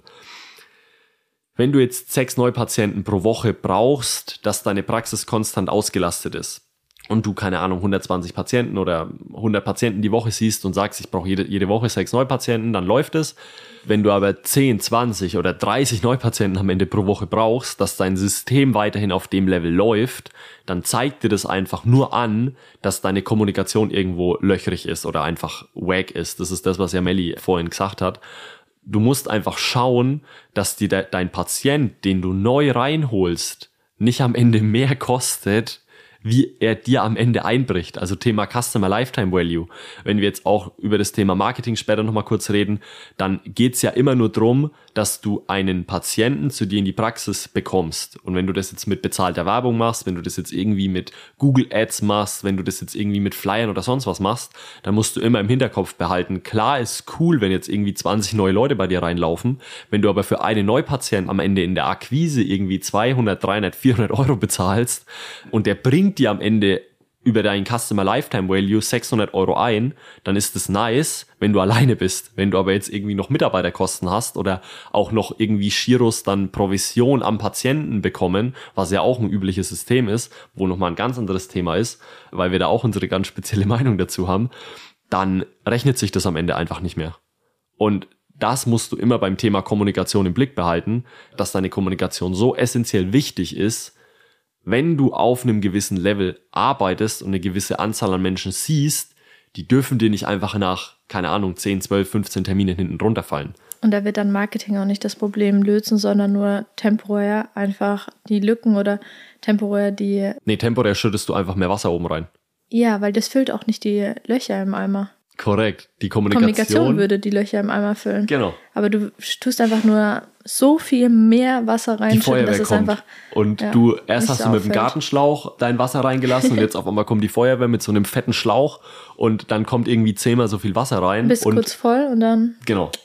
Wenn du jetzt 6 Neupatienten pro Woche brauchst, dass deine Praxis konstant ausgelastet ist und du, keine Ahnung, 120 Patienten oder 100 Patienten die Woche siehst und sagst, ich brauche jede Woche 6 Neupatienten, dann läuft es. Wenn du aber 10, 20 oder 30 Neupatienten am Ende pro Woche brauchst, dass dein System weiterhin auf dem Level läuft, dann zeigt dir das einfach nur an, dass deine Kommunikation irgendwo löchrig ist oder einfach wack ist. Das ist das, was ja Melli vorhin gesagt hat. Du musst einfach schauen, dass dir dein Patient, den du neu reinholst, nicht am Ende mehr kostet, wie er dir am Ende einbricht. Also Thema Customer Lifetime Value. Wenn wir jetzt auch über das Thema Marketing später nochmal kurz reden, dann geht's ja immer nur drum, dass du einen Patienten zu dir in die Praxis bekommst. Und wenn du das jetzt mit bezahlter Werbung machst, wenn du das jetzt irgendwie mit Google Ads machst, wenn du das jetzt irgendwie mit Flyern oder sonst was machst, dann musst du immer im Hinterkopf behalten, klar ist cool, wenn jetzt irgendwie 20 neue Leute bei dir reinlaufen, wenn du aber für einen Neupatienten am Ende in der Akquise irgendwie 200, 300, 400 Euro bezahlst und der bringt dir am Ende über deinen Customer Lifetime Value 600 Euro ein, dann ist es nice, wenn du alleine bist. Wenn du aber jetzt irgendwie noch Mitarbeiterkosten hast oder auch noch irgendwie Giros dann Provision am Patienten bekommen, was ja auch ein übliches System ist, wo nochmal ein ganz anderes Thema ist, weil wir da auch unsere ganz spezielle Meinung dazu haben, dann rechnet sich das am Ende einfach nicht mehr. Und das musst du immer beim Thema Kommunikation im Blick behalten, dass deine Kommunikation so essentiell wichtig ist, wenn du auf einem gewissen Level arbeitest und eine gewisse Anzahl an Menschen siehst, die dürfen dir nicht einfach nach, keine Ahnung, 10, 12, 15 Terminen hinten runterfallen. Und da wird dann Marketing auch nicht das Problem lösen, sondern nur temporär einfach die Lücken oder temporär die... Nee, temporär schüttest du einfach mehr Wasser oben rein. Ja, weil das füllt auch nicht die Löcher im Eimer. Korrekt, die Kommunikation würde die Löcher im Eimer füllen. Genau. Aber du tust einfach nur so viel mehr Wasser rein, die Feuerwehr dass es kommt. Einfach, und ja, du erst hast du mit dem auffällt. Gartenschlauch dein Wasser reingelassen und jetzt auf einmal kommt die Feuerwehr mit so einem fetten Schlauch und dann kommt irgendwie 10-mal so viel Wasser rein. Bist und kurz voll und dann... Genau.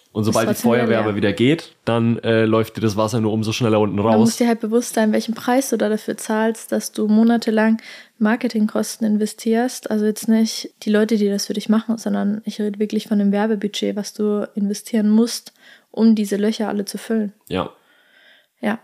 Und sobald die Feuerwehr aber wieder geht, dann läuft dir das Wasser nur umso schneller unten raus. Man muss dir halt bewusst sein, welchen Preis du da dafür zahlst, dass du monatelang Marketingkosten investierst. Also jetzt nicht die Leute, die das für dich machen, sondern ich rede wirklich von dem Werbebudget, was du investieren musst, um diese Löcher alle zu füllen. Ja. Ja.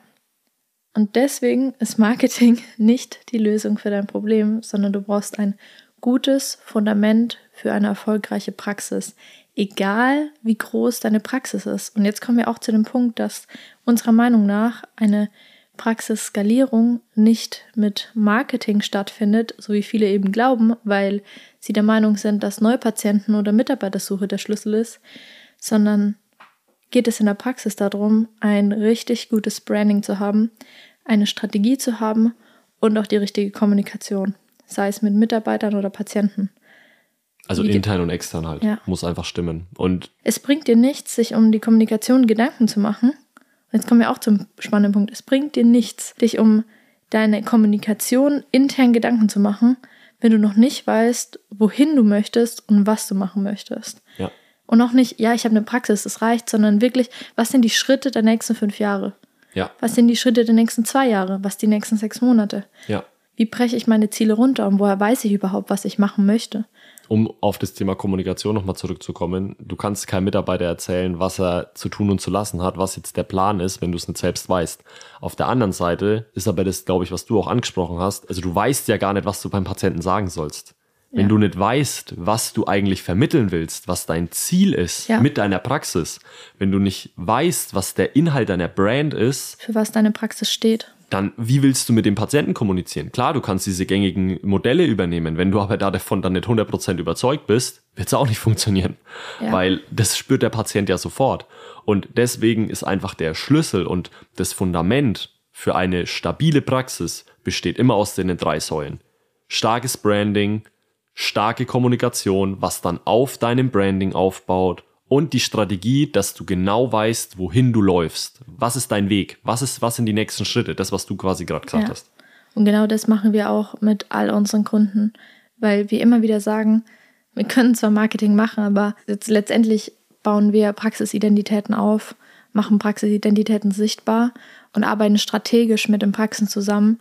Und deswegen ist Marketing nicht die Lösung für dein Problem, sondern du brauchst ein gutes Fundament für eine erfolgreiche Praxis. Egal, wie groß deine Praxis ist. Und jetzt kommen wir auch zu dem Punkt, dass unserer Meinung nach eine Praxisskalierung nicht mit Marketing stattfindet, so wie viele eben glauben, weil sie der Meinung sind, dass Neupatienten- oder Mitarbeitersuche der Schlüssel ist, sondern geht es in der Praxis darum, ein richtig gutes Branding zu haben, eine Strategie zu haben und auch die richtige Kommunikation, sei es mit Mitarbeitern oder Patienten. Also intern und extern halt. Ja. Muss einfach stimmen. Und es bringt dir nichts, sich um die Kommunikation Gedanken zu machen. Und jetzt kommen wir auch zum spannenden Punkt. Es bringt dir nichts, dich um deine Kommunikation intern Gedanken zu machen, wenn du noch nicht weißt, wohin du möchtest und was du machen möchtest. ja, Und auch nicht, ja, ich habe eine Praxis, das reicht, sondern wirklich, was sind die Schritte der nächsten 5 Jahre? ja, Was sind die Schritte der nächsten 2 Jahre? Was die nächsten 6 Monate? ja. Wie breche ich meine Ziele runter und woher weiß ich überhaupt, was ich machen möchte? Um auf das Thema Kommunikation nochmal zurückzukommen, du kannst keinem Mitarbeiter erzählen, was er zu tun und zu lassen hat, was jetzt der Plan ist, wenn du es nicht selbst weißt. Auf der anderen Seite ist aber das, glaube ich, was du auch angesprochen hast, also du weißt ja gar nicht, was du beim Patienten sagen sollst. Wenn du nicht weißt, was du eigentlich vermitteln willst, was dein Ziel ist mit deiner Praxis, wenn du nicht weißt, was der Inhalt deiner Brand ist, Für was deine Praxis steht. dann wie willst du mit dem Patienten kommunizieren? Klar, du kannst diese gängigen Modelle übernehmen. Wenn du aber davon dann nicht 100% überzeugt bist, wird es auch nicht funktionieren. Ja. Weil das spürt der Patient ja sofort. Und deswegen ist einfach der Schlüssel und das Fundament für eine stabile Praxis besteht immer aus den 3 Säulen. Starkes Branding, starke Kommunikation, was dann auf deinem Branding aufbaut und die Strategie, dass du genau weißt, wohin du läufst. Was ist dein Weg? Was sind die nächsten Schritte? Das, was du quasi gerade gesagt hast. Und genau das machen wir auch mit all unseren Kunden, weil wir immer wieder sagen, wir können zwar Marketing machen, aber jetzt letztendlich bauen wir Praxisidentitäten auf, machen Praxisidentitäten sichtbar und arbeiten strategisch mit den Praxen zusammen,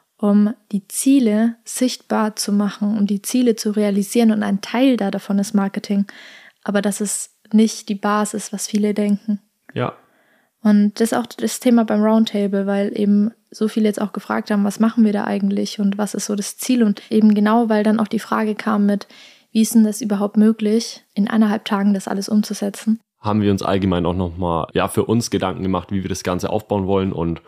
um die Ziele sichtbar zu machen, um die Ziele zu realisieren. Und ein Teil davon ist Marketing. Aber das ist nicht die Basis, was viele denken. Ja. Und das ist auch das Thema beim Roundtable, weil eben so viele jetzt auch gefragt haben, was machen wir da eigentlich und was ist so das Ziel? Und eben genau, weil dann auch die Frage kam mit, wie ist denn das überhaupt möglich, in 1,5 Tagen das alles umzusetzen? Haben wir uns allgemein auch nochmal für uns Gedanken gemacht, wie wir das Ganze aufbauen wollen und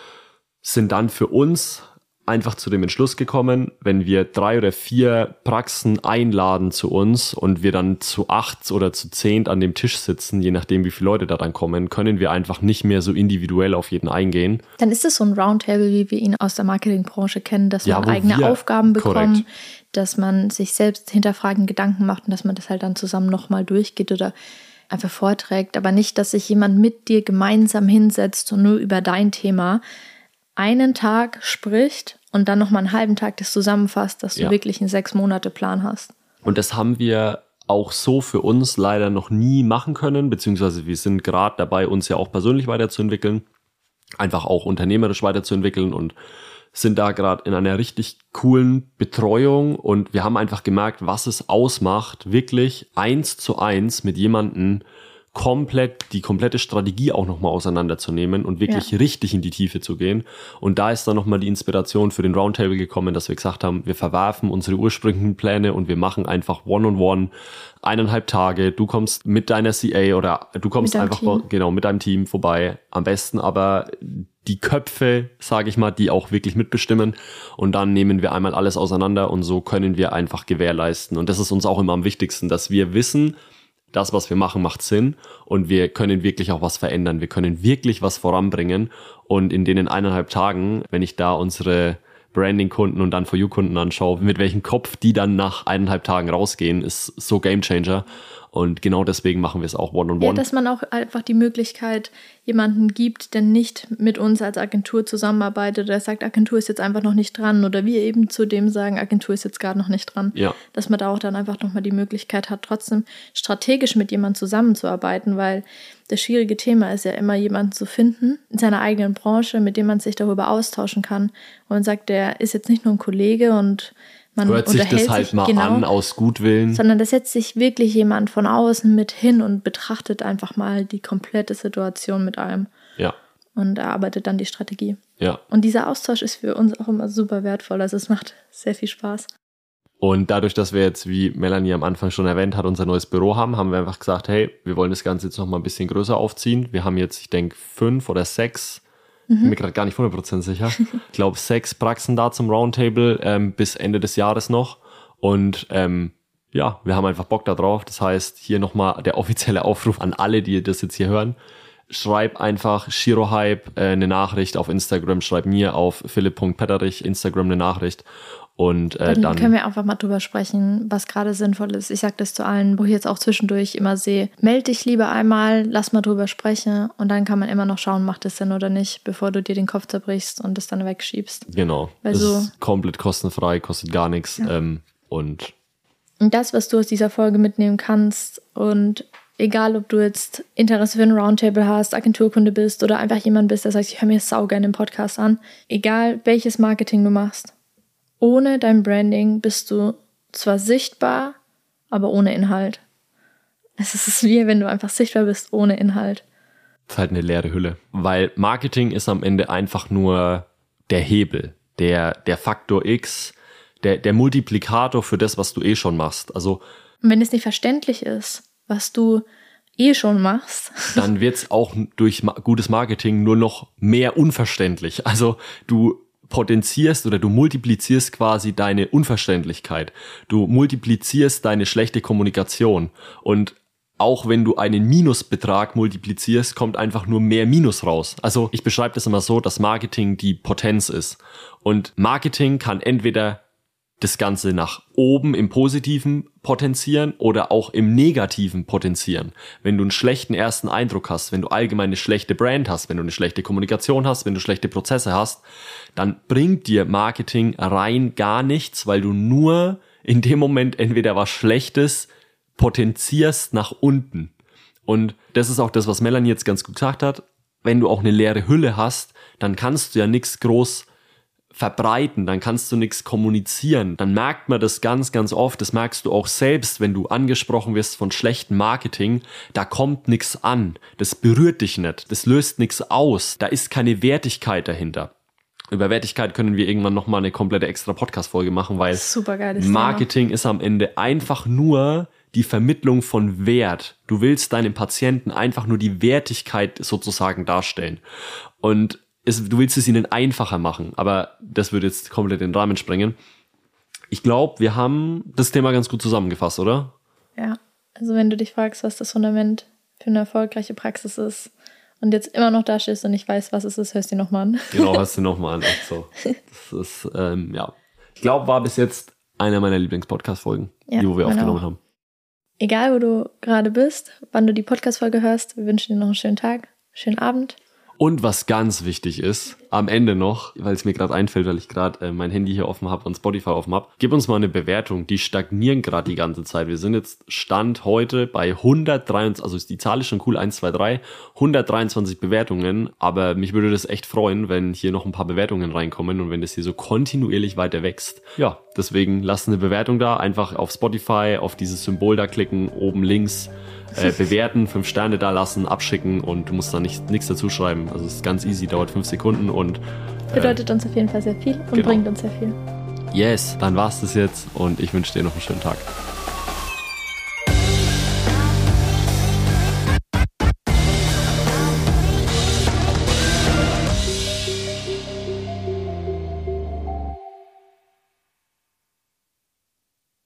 sind dann für uns einfach zu dem Entschluss gekommen, wenn wir 3 oder 4 Praxen einladen zu uns und wir dann zu 8 oder zu 10 an dem Tisch sitzen, je nachdem wie viele Leute da dann kommen, können wir einfach nicht mehr so individuell auf jeden eingehen. Dann ist es so ein Roundtable, wie wir ihn aus der Marketingbranche kennen, dass man eigene Aufgaben bekommt, dass man sich selbst hinterfragen, Gedanken macht und dass man das halt dann zusammen nochmal durchgeht oder einfach vorträgt. Aber nicht, dass sich jemand mit dir gemeinsam hinsetzt und nur über dein Thema einen Tag spricht und dann nochmal einen halben Tag das zusammenfasst, dass du wirklich einen 6-Monate-Plan hast. Und das haben wir auch so für uns leider noch nie machen können, beziehungsweise wir sind gerade dabei, uns ja auch persönlich weiterzuentwickeln, einfach auch unternehmerisch weiterzuentwickeln und sind da gerade in einer richtig coolen Betreuung und wir haben einfach gemerkt, was es ausmacht, wirklich 1:1 mit jemandem die komplette Strategie auch nochmal auseinanderzunehmen und wirklich richtig in die Tiefe zu gehen. Und da ist dann nochmal die Inspiration für den Roundtable gekommen, dass wir gesagt haben, wir verwerfen unsere ursprünglichen Pläne und wir machen einfach One-on-One 1,5 Tage. Du kommst mit deiner CA oder du kommst einfach mit deinem Team vorbei. Am besten aber die Köpfe, sage ich mal, die auch wirklich mitbestimmen. Und dann nehmen wir einmal alles auseinander und so können wir einfach gewährleisten. Und das ist uns auch immer am wichtigsten, dass wir wissen, das, was wir machen, macht Sinn und wir können wirklich auch was verändern. Wir können wirklich was voranbringen und in denen 1,5 Tagen, wenn ich da unsere Branding-Kunden und dann For You-Kunden anschaue, mit welchem Kopf die dann nach 1,5 Tagen rausgehen, ist so Gamechanger Und genau deswegen machen wir es auch One-on-One. Ja, dass man auch einfach die Möglichkeit jemanden gibt, der nicht mit uns als Agentur zusammenarbeitet, der sagt, Agentur ist jetzt einfach noch nicht dran oder wir eben zu dem sagen, Agentur ist jetzt gerade noch nicht dran. Ja. Dass man da auch dann einfach nochmal die Möglichkeit hat, trotzdem strategisch mit jemandem zusammenzuarbeiten, weil das schwierige Thema ist ja immer, jemanden zu finden in seiner eigenen Branche, mit dem man sich darüber austauschen kann. Und man sagt, der ist jetzt nicht nur ein Kollege und man hört sich das halt mal an aus Gutwillen. Sondern da setzt sich wirklich jemand von außen mit hin und betrachtet einfach mal die komplette Situation mit allem. Ja. Und erarbeitet dann die Strategie. Ja. Und dieser Austausch ist für uns auch immer super wertvoll. Also es macht sehr viel Spaß. Und dadurch, dass wir jetzt, wie Melanie am Anfang schon erwähnt hat, unser neues Büro haben wir einfach gesagt, hey, wir wollen das Ganze jetzt noch mal ein bisschen größer aufziehen. Wir haben jetzt, ich denke, 5 oder 6, bin mir gerade gar nicht 100% sicher, ich glaube 6 Praxen da zum Roundtable bis Ende des Jahres noch. Und ja, wir haben einfach Bock da drauf. Das heißt, hier nochmal der offizielle Aufruf an alle, die das jetzt hier hören. Schreib einfach Chirohype eine Nachricht auf Instagram, schreib mir auf philipp.petterich Instagram eine Nachricht. Und dann können wir einfach mal drüber sprechen, was gerade sinnvoll ist. Ich sage das zu allen, wo ich jetzt auch zwischendurch immer sehe, melde dich lieber einmal, lass mal drüber sprechen und dann kann man immer noch schauen, macht es Sinn oder nicht, bevor du dir den Kopf zerbrichst und es dann wegschiebst. Genau, weil das ist komplett kostenfrei, kostet gar nichts. Ja. Und das, was du aus dieser Folge mitnehmen kannst und egal, ob du jetzt Interesse für ein Roundtable hast, Agenturkunde bist oder einfach jemand bist, der sagt, ich höre mir saugern den Podcast an, egal welches Marketing du machst, ohne dein Branding bist du zwar sichtbar, aber ohne Inhalt. Es ist wie wenn du einfach sichtbar bist ohne Inhalt. Das ist halt eine leere Hülle. Weil Marketing ist am Ende einfach nur der Hebel, der Faktor X, der Multiplikator für das, was du eh schon machst. Also, und wenn es nicht verständlich ist, was du eh schon machst, dann wird es auch durch gutes Marketing nur noch mehr unverständlich. Also du potenzierst oder du multiplizierst quasi deine Unverständlichkeit. Du multiplizierst deine schlechte Kommunikation. Und auch wenn du einen Minusbetrag multiplizierst, kommt einfach nur mehr Minus raus. Also ich beschreibe das immer so, dass Marketing die Potenz ist. Und Marketing kann entweder das Ganze nach oben im Positiven potenzieren oder auch im Negativen potenzieren. Wenn du einen schlechten ersten Eindruck hast, wenn du allgemein eine schlechte Brand hast, wenn du eine schlechte Kommunikation hast, wenn du schlechte Prozesse hast, dann bringt dir Marketing rein gar nichts, weil du nur in dem Moment entweder was Schlechtes potenzierst nach unten. Und das ist auch das, was Melanie jetzt ganz gut gesagt hat. Wenn du auch eine leere Hülle hast, dann kannst du ja nichts groß verbreiten, dann kannst du nichts kommunizieren. Dann merkt man das ganz, ganz oft, das merkst du auch selbst, wenn du angesprochen wirst von schlechtem Marketing, da kommt nichts an, das berührt dich nicht, das löst nichts aus, da ist keine Wertigkeit dahinter. Über Wertigkeit können wir irgendwann nochmal eine komplette extra Podcast-Folge machen, weil Marketing ist am Ende einfach nur die Vermittlung von Wert. Du willst deinem Patienten einfach nur die Wertigkeit sozusagen darstellen. Und du willst es ihnen einfacher machen, aber das würde jetzt komplett den Rahmen sprengen. Ich glaube, wir haben das Thema ganz gut zusammengefasst, oder? Ja, also wenn du dich fragst, was das Fundament für eine erfolgreiche Praxis ist und jetzt immer noch da stehst und nicht weißt, was es ist, hörst du nochmal an. Genau, hörst du nochmal an. Echt so. Das ist, ja. Ich glaube, war bis jetzt einer meiner Lieblings-Podcast-Folgen, die wo wir aufgenommen haben. Egal, wo du gerade bist, wann du die Podcast-Folge hörst, wir wünschen dir noch einen schönen Tag, schönen Abend. Und was ganz wichtig ist, am Ende noch, weil es mir gerade einfällt, weil ich gerade mein Handy hier offen habe und Spotify offen habe, gib uns mal eine Bewertung. Die stagnieren gerade die ganze Zeit. Wir sind jetzt Stand heute bei 123, also die Zahl ist schon cool, 1, 2, 3, 123 Bewertungen. Aber mich würde das echt freuen, wenn hier noch ein paar Bewertungen reinkommen und wenn das hier so kontinuierlich weiter wächst. Ja, deswegen lasst eine Bewertung da. Einfach auf Spotify, auf dieses Symbol da klicken, oben links. Bewerten, 5 Sterne da lassen, abschicken und du musst da nichts dazu schreiben. Also es ist ganz easy, dauert 5 Sekunden und bedeutet uns auf jeden Fall sehr viel und bringt uns sehr viel. Yes, dann war's das jetzt und ich wünsche dir noch einen schönen Tag.